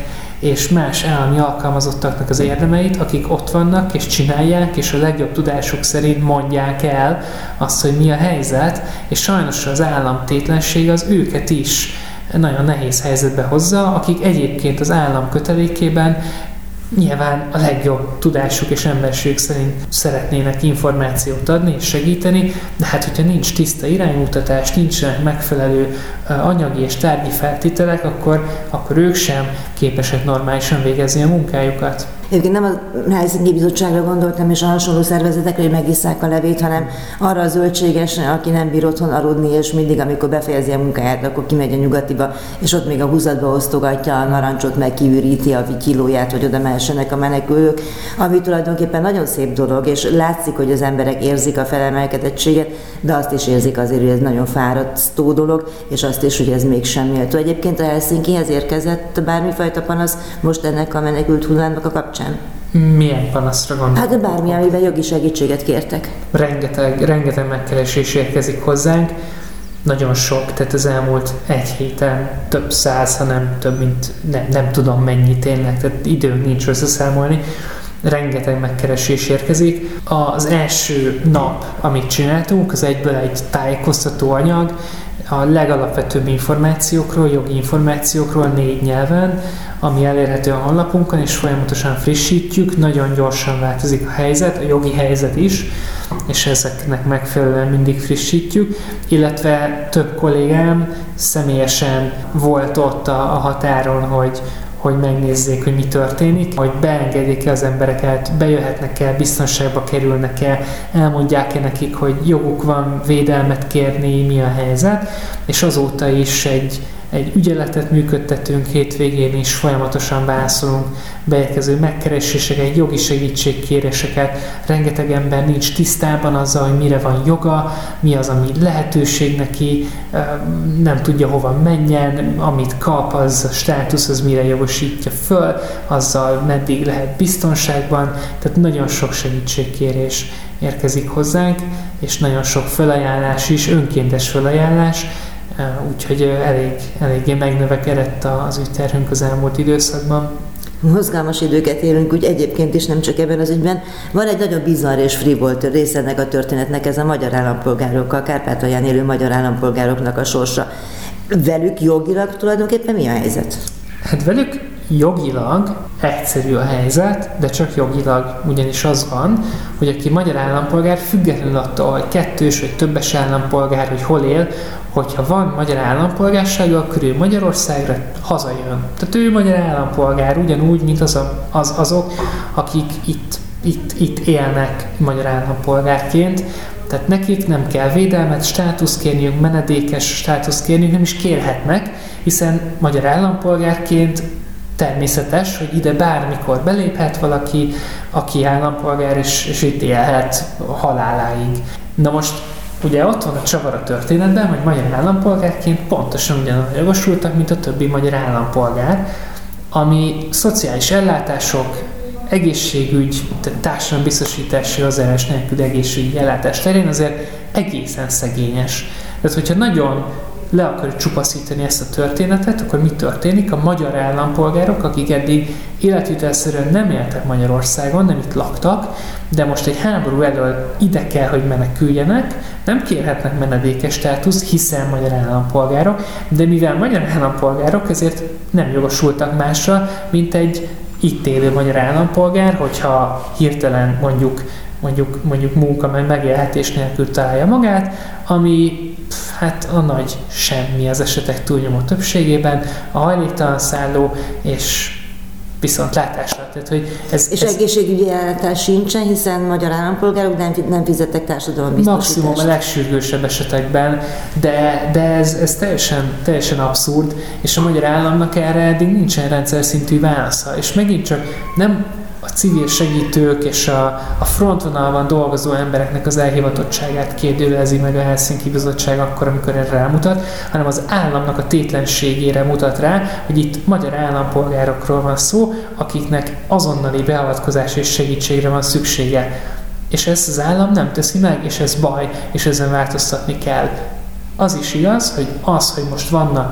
és más állami alkalmazottaknak az érdemeit, akik ott vannak és csinálják, és a legjobb tudásuk szerint mondják el azt, hogy mi a helyzet, és sajnos az államtétlenség az őket is nagyon nehéz helyzetbe hozza, akik egyébként az állam kötelékében nyilván a legjobb tudásuk és emberségük szerint szeretnének információt adni és segíteni, de hát hogyha nincs tiszta iránymutatás, nincsenek megfelelő anyagi és tárgyi feltételek, akkor, akkor ők sem képesek normálisan végezni a munkájukat. Egyébként nem a Helsinki Bizottságra gondoltam, és a hasonló szervezetekre, hogy megisszák a levét, hanem arra a zöldségesre, aki nem bír otthon aludni, és mindig, amikor befejezi a munkáját, akkor kimegy a nyugatiba, és ott még a húzatba osztogatja a narancsot, meg kiüríti a kilóját, hogy oda mehessenek a menekülők, ami tulajdonképpen nagyon szép dolog, és látszik, hogy az emberek érzik a felemelkedettséget, de azt is érzik azért, hogy ez nagyon fárasztó dolog, és azt is, hogy ez mégsem méltó. Egyébként a Helsinkihez érkezett bármifajta panasz most ennek a menekült hullámnak a kapcsán? Milyen panaszra gondolok? Hát bármi, amiben jogi segítséget kértek. Rengeteg, rengeteg megkeresés érkezik hozzánk, nagyon sok, tehát az elmúlt egy héten több száz, hanem több, mint nem, nem tudom mennyi tényleg, tehát időnk nincs összeszámolni. Rengeteg megkeresés érkezik. Az első nap, amit csináltunk, az egyből egy tájékoztató anyag, a legalapvetőbb információkról, jogi információkról négy nyelven, ami elérhető a honlapunkon, és folyamatosan frissítjük, nagyon gyorsan változik a helyzet, a jogi helyzet is, és ezeknek megfelelően mindig frissítjük, illetve több kollégám személyesen volt ott a, a határon, hogy hogy megnézzék, hogy mi történik, hogy beengedik-e az embereket, bejöhetnek-e, biztonságba kerülnek-e, elmondják-e nekik, hogy joguk van védelmet kérni, mi a helyzet, és azóta is egy, egy ügyeletet működtetünk hétvégén is, folyamatosan válaszolunk beérkező megkereséseket, jogi segítségkéréseket. Rengeteg ember nincs tisztában azzal, hogy mire van joga, mi az, ami lehetőség neki, nem tudja hova menjen, amit kap, az a státusz, az mire jogosítja föl, azzal meddig lehet biztonságban, tehát nagyon sok segítségkérés érkezik hozzánk, és nagyon sok felajánlás is, önkéntes felajánlás, úgyhogy elég, eléggé megnövekedett az ügyterhünk az elmúlt időszakban. Mozgalmas időket élünk, úgy egyébként is, nem csak ebben az ügyben. Van egy nagyon bizarr és frivolt része ennek a történetnek, ez a magyar állampolgárokkal, Kárpátalján élő magyar állampolgároknak a sorsa. Velük jogilag tulajdonképpen mi a helyzet? Hát velük jogilag egyszerű a helyzet, de csak jogilag, ugyanis az van, hogy aki magyar állampolgár, függetlenül attól, hogy kettős vagy többes állampolgár, hogy hol él, hogyha van magyar állampolgársága, akkor ő Magyarországra hazajön. Tehát ő magyar állampolgár, ugyanúgy, mint az a, az, azok, akik itt, itt, itt élnek magyar állampolgárként. Tehát nekik nem kell védelmet, státuszt kérniük, menedékes státuszt kérniük, nem is kérhetnek, hiszen magyar állampolgárként természetes, hogy ide bármikor beléphet valaki, aki állampolgár, és, és itt élhet haláláig. Na most ugye ott van a csavar a történetben, hogy magyar állampolgárként pontosan ugyanolyan jogosultak, mint a többi magyar állampolgár, ami szociális ellátások, egészségügy, társadalombiztosítási hozzájárulás nélkül egészségügyi ellátás terén azért egészen szegényes. Tehát, hogyha nagyon le akarjuk csupaszítani ezt a történetet, akkor mi történik? A magyar állampolgárok, akik eddig életvitelszerűen nem éltek Magyarországon, nem itt laktak, de most egy háború elől ide kell, hogy meneküljenek, nem kérhetnek menedékes státuszt, hiszen magyar állampolgárok, de mivel magyar állampolgárok, ezért nem jogosultak másra, mint egy itt élő magyar állampolgár, hogyha hirtelen mondjuk, mondjuk, mondjuk munka, meg megélhetés nélkül találja magát, ami hát a nagy semmi az esetek túlnyomó többségében, a hajléktalan szálló és viszontlátásra. Tehát, hogy ez, és ez egészségügyi ellátás sincsen, hiszen magyar állampolgárok nem, nem fizettek társadalombiztosítást. Maximum a legsürgősebb esetekben, de, de ez, ez teljesen, teljesen abszurd, és a magyar államnak erre eddig nincsen rendszer szintű válasza. És megint csak nem a civil segítők és a, a frontvonalban dolgozó embereknek az elhivatottságát kérdőjelezi meg a Helsinki Bizottság akkor, amikor erre rámutat, hanem az államnak a tétlenségére mutat rá, hogy itt magyar állampolgárokról van szó, akiknek azonnali beavatkozás és segítségre van szüksége. És ezt az állam nem teszi meg, és ez baj, és ezen változtatni kell. Az is igaz, hogy az, hogy most vannak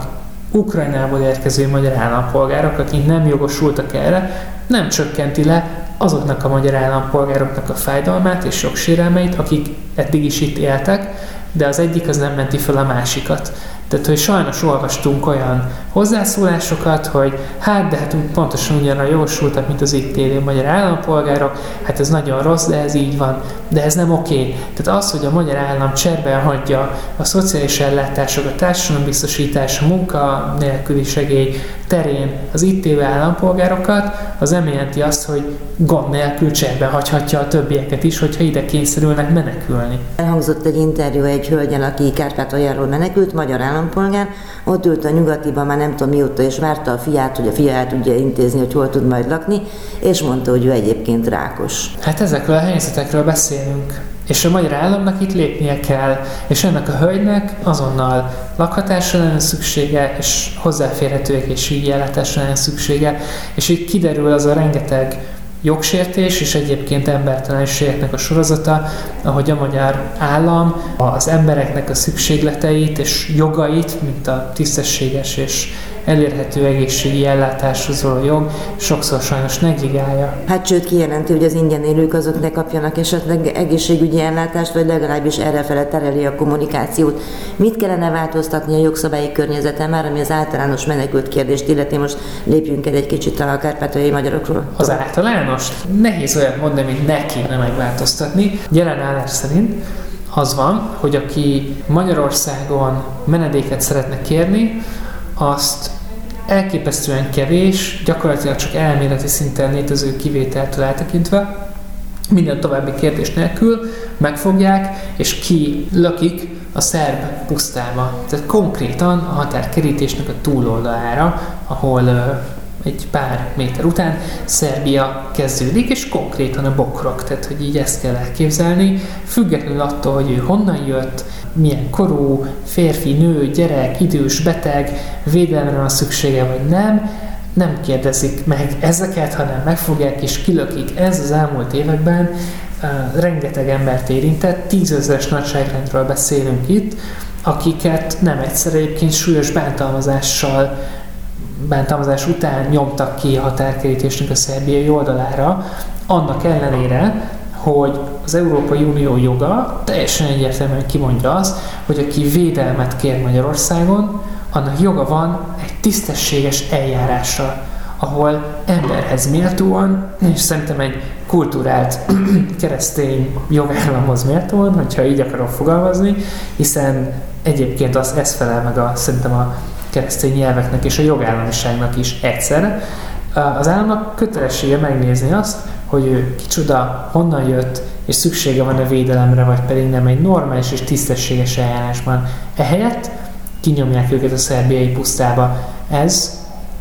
Ukrajnából érkező magyar állampolgárok, akik nem jogosultak erre, nem csökkenti le azoknak a magyar állampolgároknak a fájdalmát és jogsérelmeit, akik eddig is itt éltek, de az egyik az nem menti fel a másikat. Tehát, hogy sajnos olvastunk olyan hozzászólásokat, hogy hát, de hát pontosan ugyanarra jogosultak, mint az itt élő magyar állampolgárok, hát ez nagyon rossz, de ez így van, de ez nem oké. Tehát az, hogy a magyar állam cserben hagyja a szociális ellátások, a társadalombiztosítás, a munka nélküli segély terén az itt élő állampolgárokat, az nem jelenti azt, hogy gond nélkül cserben hagyhatja a többieket is, hogyha ide kényszerülnek menekülni. Elhangzott egy interjú egy hölgyel, aki Kárpátaljáról menekült, magyar állampolgár, ott ült a Nyugatiban már nem tudom mióta, és várta a fiát, hogy a fia el tudja intézni, hogy hol tud majd lakni, és mondta, hogy ő egyébként rákos. Hát ezekről a helyzetekről beszélünk. És a magyar államnak itt lépnie kell, és ennek a hölgynek azonnal lakhatásra lenne szüksége, és hozzáférhető egészségügyi ellátásra lenne szüksége, és itt kiderül az a rengeteg jogsértés és egyébként embertelenségeknek a sorozata, ahogy a magyar állam az embereknek a szükségleteit és jogait, mint a tisztességes és elérhető egészségügyi ellátáshoz való jog, sokszor sajnos negligálja. Hát sőt, kijelenti, hogy az ingyen élők azok ne kapjanak esetleg egészségügyi ellátást, vagy legalábbis errefele tereli a kommunikációt. Mit kellene változtatni a jogszabályi környezeten már, ami az általános menekült kérdést illeti? Most lépjünk el egy kicsit a kárpátaljai magyarokról. Az általános? Nehéz olyat mondani, hogy ne kéne megváltoztatni. Jelen állás szerint az van, hogy aki Magyarországon menedéket szeretne kérni, azt elképesztően kevés, gyakorlatilag csak elméleti szinten létező kivételtől eltekintve, minden további kérdés nélkül megfogják, és kilökik a szerb pusztába. Tehát konkrétan a határkerítésnek a túloldalára, ahol uh, egy pár méter után Szerbia kezdődik, és konkrétan a bokrok, tehát hogy így ezt kell elképzelni, függetlenül attól, hogy ő honnan jött, milyen korú, férfi, nő, gyerek, idős, beteg, védelemre van szüksége vagy nem, nem kérdezik meg ezeket, hanem megfogják és kilökik. Ez az elmúlt években uh, rengeteg embert érintett, tízezeres nagyságrendről beszélünk itt, akiket nem egyszer egyébként súlyos bántalmazással bántalmazás után nyomtak ki a határkerítésnek a szerbiai oldalára, annak ellenére, hogy az Európai Unió joga teljesen egyértelműen kimondja azt, hogy aki védelmet kér Magyarországon, annak joga van egy tisztességes eljárásra, ahol emberhez méltóan, és szerintem egy kulturált keresztény jogállamhoz méltóan, hogyha így akarok fogalmazni, hiszen egyébként az, ez felel meg a, szerintem a keresztény nyelveknek és a jogállamiságnak is egyszerre. Az államnak kötelessége megnézni azt, hogy ő kicsoda, honnan jött, és szüksége van a védelemre, vagy pedig nem egy normális és tisztességes eljárásban. Ehelyett kinyomják őket a szerbiai pusztába. Ez,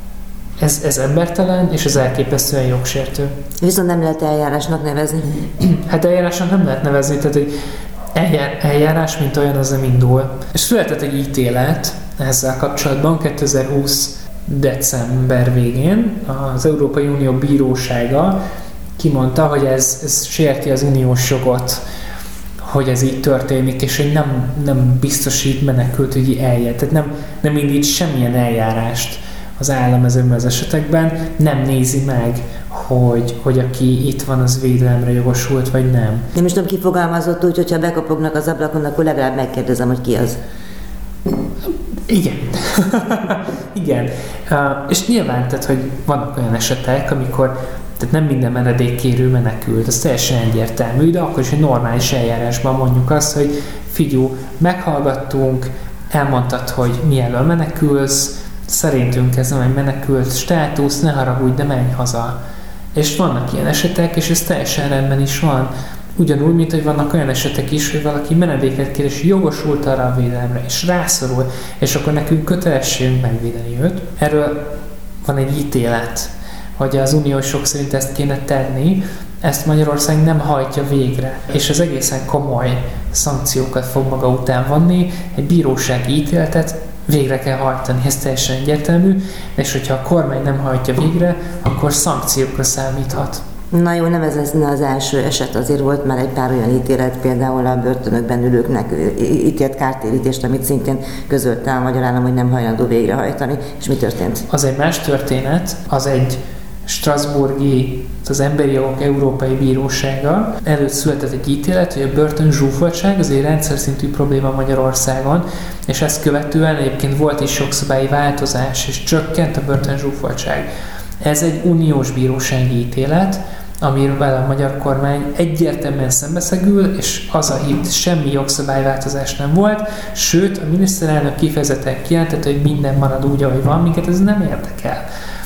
ez, ez embertelen, és ez elképesztően jogsértő. Viszont nem lehet eljárásnak nevezni. Hát eljárásnak nem lehet nevezni, tehát egy eljárás, mint olyan, az nem indul. És született egy ítélet ezzel kapcsolatban kétezer-húsz december végén az Európai Unió Bírósága kimondta, hogy ez, ez sérti az uniós jogot, hogy ez így történik, és hogy nem, nem biztosít menekültügyi elját. Tehát nem, nem indít semmilyen eljárást az állam ezekben az esetekben, nem nézi meg, hogy, hogy aki itt van, az védelemre jogosult, vagy nem. Nem is tudom, ki fogalmazott úgy, hogyha bekopognak az ablakon, akkor legalább megkérdezem, hogy ki az. Igen. Igen. Uh, és nyilván, tehát, hogy vannak olyan esetek, amikor tehát nem minden menedékkérő menekült, ez teljesen egyértelmű, de akkor is egy normális eljárásban mondjuk azt, hogy figyú, meghallgattunk, elmondtad, hogy mielőtt menekülsz, szerintünk ez nem egy menekült státusz, ne haragudj, de menj haza. És vannak ilyen esetek, és ez teljesen rendben is van. Ugyanúgy, mint hogy vannak olyan esetek is, hogy valaki menedéket kér, és jogosult arra a védelemre, és rászorul, és akkor nekünk kötelességünk megvédeni őt. Erről van egy ítélet, hogy az uniósok szerint ezt kéne tenni, ezt Magyarország nem hajtja végre, és ez egészen komoly szankciókat fog maga után vonni, egy bírósági ítéletet végre kell hajtani, ez teljesen egyértelmű, és hogyha a kormány nem hajtja végre, akkor szankciókra számíthat. Na jó, nem ez az első eset, azért volt már egy pár olyan ítélet, például a börtönökben ülőknek ítélt kártérítést, amit szintén közölte a magyar állam, hogy nem hajlandó végrehajtani. És mi történt? Az egy más történet, az egy strasbourgi, az Emberi Jogok Európai Bírósága előtt született egy ítélet, hogy a börtön zsúfoltság az egy rendszer szintű probléma Magyarországon, és ezt követően egyébként volt is jogszabályi változás, és csökkent a börtön zsúfoltság. Ez egy uniós bírósági ítélet, amivel a magyar kormány egyértelműen szembeszegül, és az a hit, semmi jogszabályváltozás nem volt, sőt, a miniszterelnök kifejezetten kijelentette, hogy minden marad úgy, ahogy van, minket ez nem érdekel.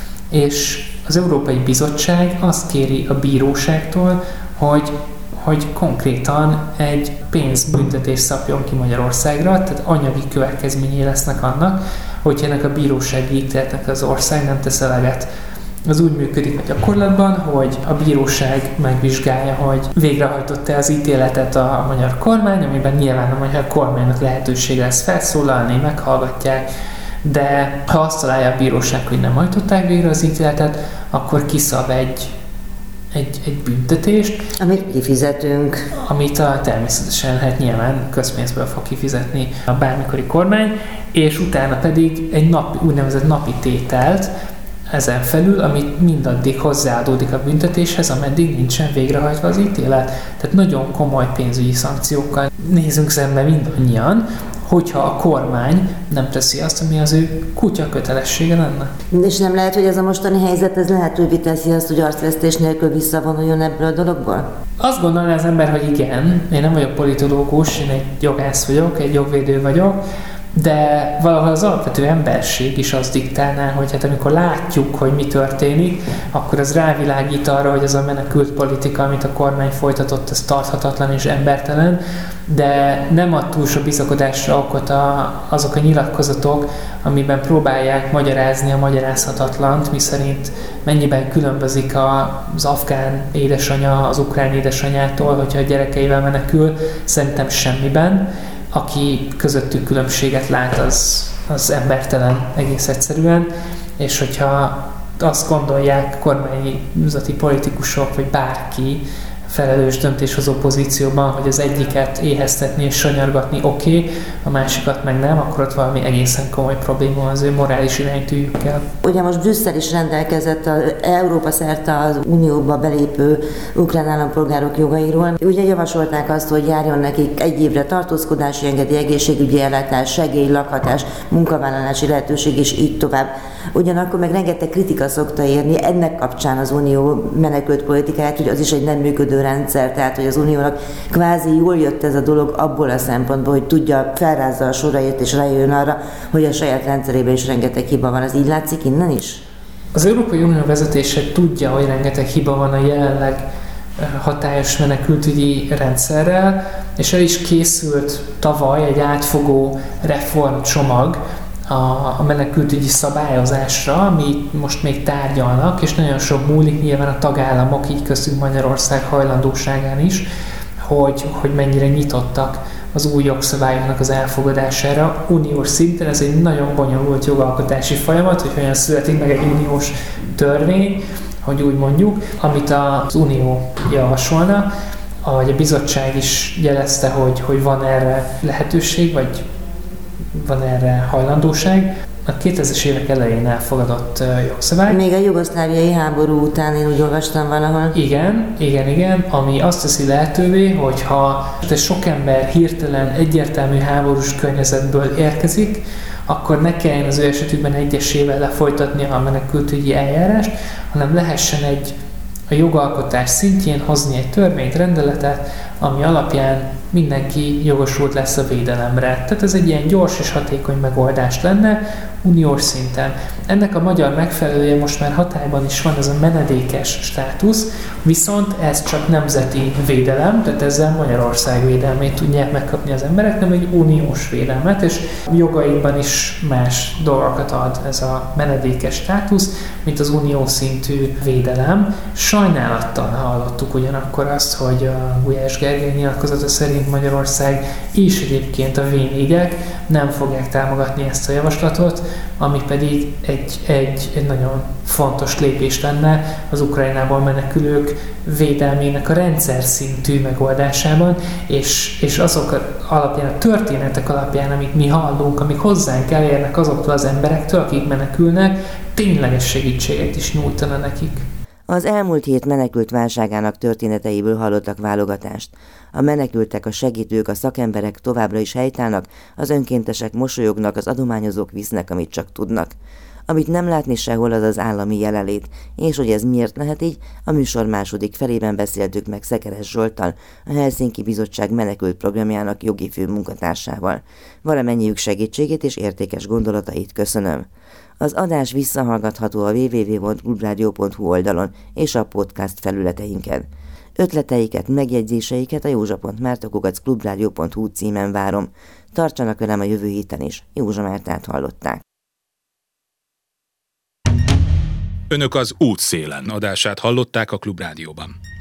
És az Európai Bizottság azt kéri a bíróságtól, hogy, hogy konkrétan egy pénzbüntetés szabjon ki Magyarországra, tehát anyagi következményei lesznek annak, hogy ennek a bírósági ítéletnek az ország nem tesz eleget. Az úgy működik a gyakorlatban, hogy a bíróság megvizsgálja, hogy végrehajtotta az ítéletet a magyar kormány, amiben nyilván a magyar kormánynak lehetősége lesz felszólalni, meghallgatják, de ha azt találja a bíróság, hogy nem hajtották végre az ítéletet, akkor kiszab egy, egy, egy büntetést. Amit kifizetünk. Amit a, természetesen hát nyilván közpénzből fog kifizetni a bármikori kormány, és utána pedig egy napi, úgynevezett napi tételt ezen felül, amit mindaddig hozzáadódik a büntetéshez, ameddig nincsen végrehajtva az ítélet. Tehát nagyon komoly pénzügyi szankciókkal nézünk szembe mindannyian, hogyha a kormány nem teszi azt, ami az ő kutya kötelessége lenne. És nem lehet, hogy ez a mostani helyzet, ez lehetővé teszi azt, hogy arcvesztés nélkül visszavonuljon ebből a dologból? Azt gondolná az ember, hogy igen. Én nem vagyok politológus, én egy jogász vagyok, egy jogvédő vagyok, de valahol az alapvető emberség is azt diktálná, hogy hát amikor látjuk, hogy mi történik, akkor az rávilágít arra, hogy az a menekült politika, amit a kormány folytatott, ez tarthatatlan és embertelen, de nem ad túl sok bizakodásra okot a, azok a nyilatkozatok, amiben próbálják magyarázni a magyarázhatatlant, miszerint mennyiben különbözik az afgán édesanya az ukrán édesanyától, hogyha a gyerekeivel menekül, szerintem semmiben. Aki közöttük különbséget lát, az, az embertelen egész egyszerűen, és hogyha azt gondolják kormányzati politikusok, vagy bárki felelős döntéshozó pozícióban, hogy az egyiket éheztetni és sanyargatni oké, okay, a másikat meg nem, akkor ott valami egészen komoly probléma az ő morális iránytűjükkel. Ugye most Brüsszel is rendelkezett az Európa szerte az Unióba belépő ukrán állampolgárok jogairól. Ugye javasolták azt, hogy járjon nekik egy évre tartózkodási engedély, egészségügyi ellátás, segély, lakhatás, munkavállalási lehetőség és így tovább. Ugyanakkor meg rengeteg kritika szokta érni ennek kapcsán az Unió menekült politikáját, hogy az is egy nem működő rendszer, tehát hogy az Uniónak kvázi jól jött ez a dolog abból a szempontból, hogy tudja, felrázza a sorait és rájön arra, hogy a saját rendszerében is rengeteg hiba van. Az így látszik innen is? Az Európai Unió vezetése tudja, hogy rengeteg hiba van a jelenleg hatályos menekültügyi rendszerrel, és el is készült tavaly egy átfogó reformcsomag a, a menekültügyi szabályozásra, ami most még tárgyalnak, és nagyon sok múlik nyilván a tagállamok, így köztük Magyarország hajlandóságán is, hogy, hogy mennyire nyitottak az új jogszabályoknak az elfogadására. Uniós szinten ez egy nagyon bonyolult jogalkotási folyamat, hogy hogyan születik meg egy uniós törvény, hogy úgy mondjuk, amit az Unió javasolna, ahogy a bizottság is jelezte, hogy, hogy van erre lehetőség, vagy van erre hajlandóság. A kétezres évek elején elfogadott jogszabály. Még a jugoszláviai háború után én úgy olvastam valahol. Igen, igen, igen, ami azt teszi lehetővé, hogyha sok ember hirtelen egyértelmű háborús környezetből érkezik, akkor ne kelljen az ő esetükben egyesével lefolytatni a menekültügyi eljárást, hanem lehessen egy a jogalkotás szintjén hozni egy törvényt, rendeletet, ami alapján mindenki jogosult lesz a védelemre. Tehát ez egy ilyen gyors és hatékony megoldás lenne uniós szinten. Ennek a magyar megfelelője most már hatályban is van, ez a menedékes státusz, viszont ez csak nemzeti védelem, tehát ezzel Magyarország védelmét tudják megkapni az emberek, nem egy uniós védelmet, és jogaikban is más dolgokat ad ez a menedékes státusz, mint az unió szintű védelem. Sajnálattal hallottuk ugyanakkor azt, hogy a Gulyás Gergely Gergely nyilatkozata szerint Magyarország és egyébként a vé négyek nem fogják támogatni ezt a javaslatot, ami pedig egy, egy, egy nagyon fontos lépés lenne az Ukrajnából menekülők védelmének a rendszer szintű megoldásában, és, és azok alapján, a történetek alapján, amit mi hallunk, amik hozzánk elérnek azoktól az emberektől, akik menekülnek, tényleges segítséget is nyújtana nekik. Az elmúlt hét menekült válságának történeteiből hallottak válogatást. A menekültek, a segítők, a szakemberek továbbra is helytállnak, az önkéntesek mosolyognak, az adományozók visznek, amit csak tudnak. Amit nem látni sehol, az az állami jelenlét, és hogy ez miért lehet így, a műsor második felében beszéltük meg Szekeres Zsolttal, a Helsinki Bizottság menekült programjának jogi fő munkatársával. Valamennyiük segítségét és értékes gondolatait köszönöm. Az adás visszahallgatható a double-u double-u double-u pont klubrádió pont hu oldalon és a podcast felületeinken. Ötleteiket, megjegyzéseiket a józsa pont márta kukac klubrádió pont hu címen várom. Tartsanak velem a jövő héten is. Józsa Mártát hallották. Önök az Útszélen adását hallották a Klubrádióban.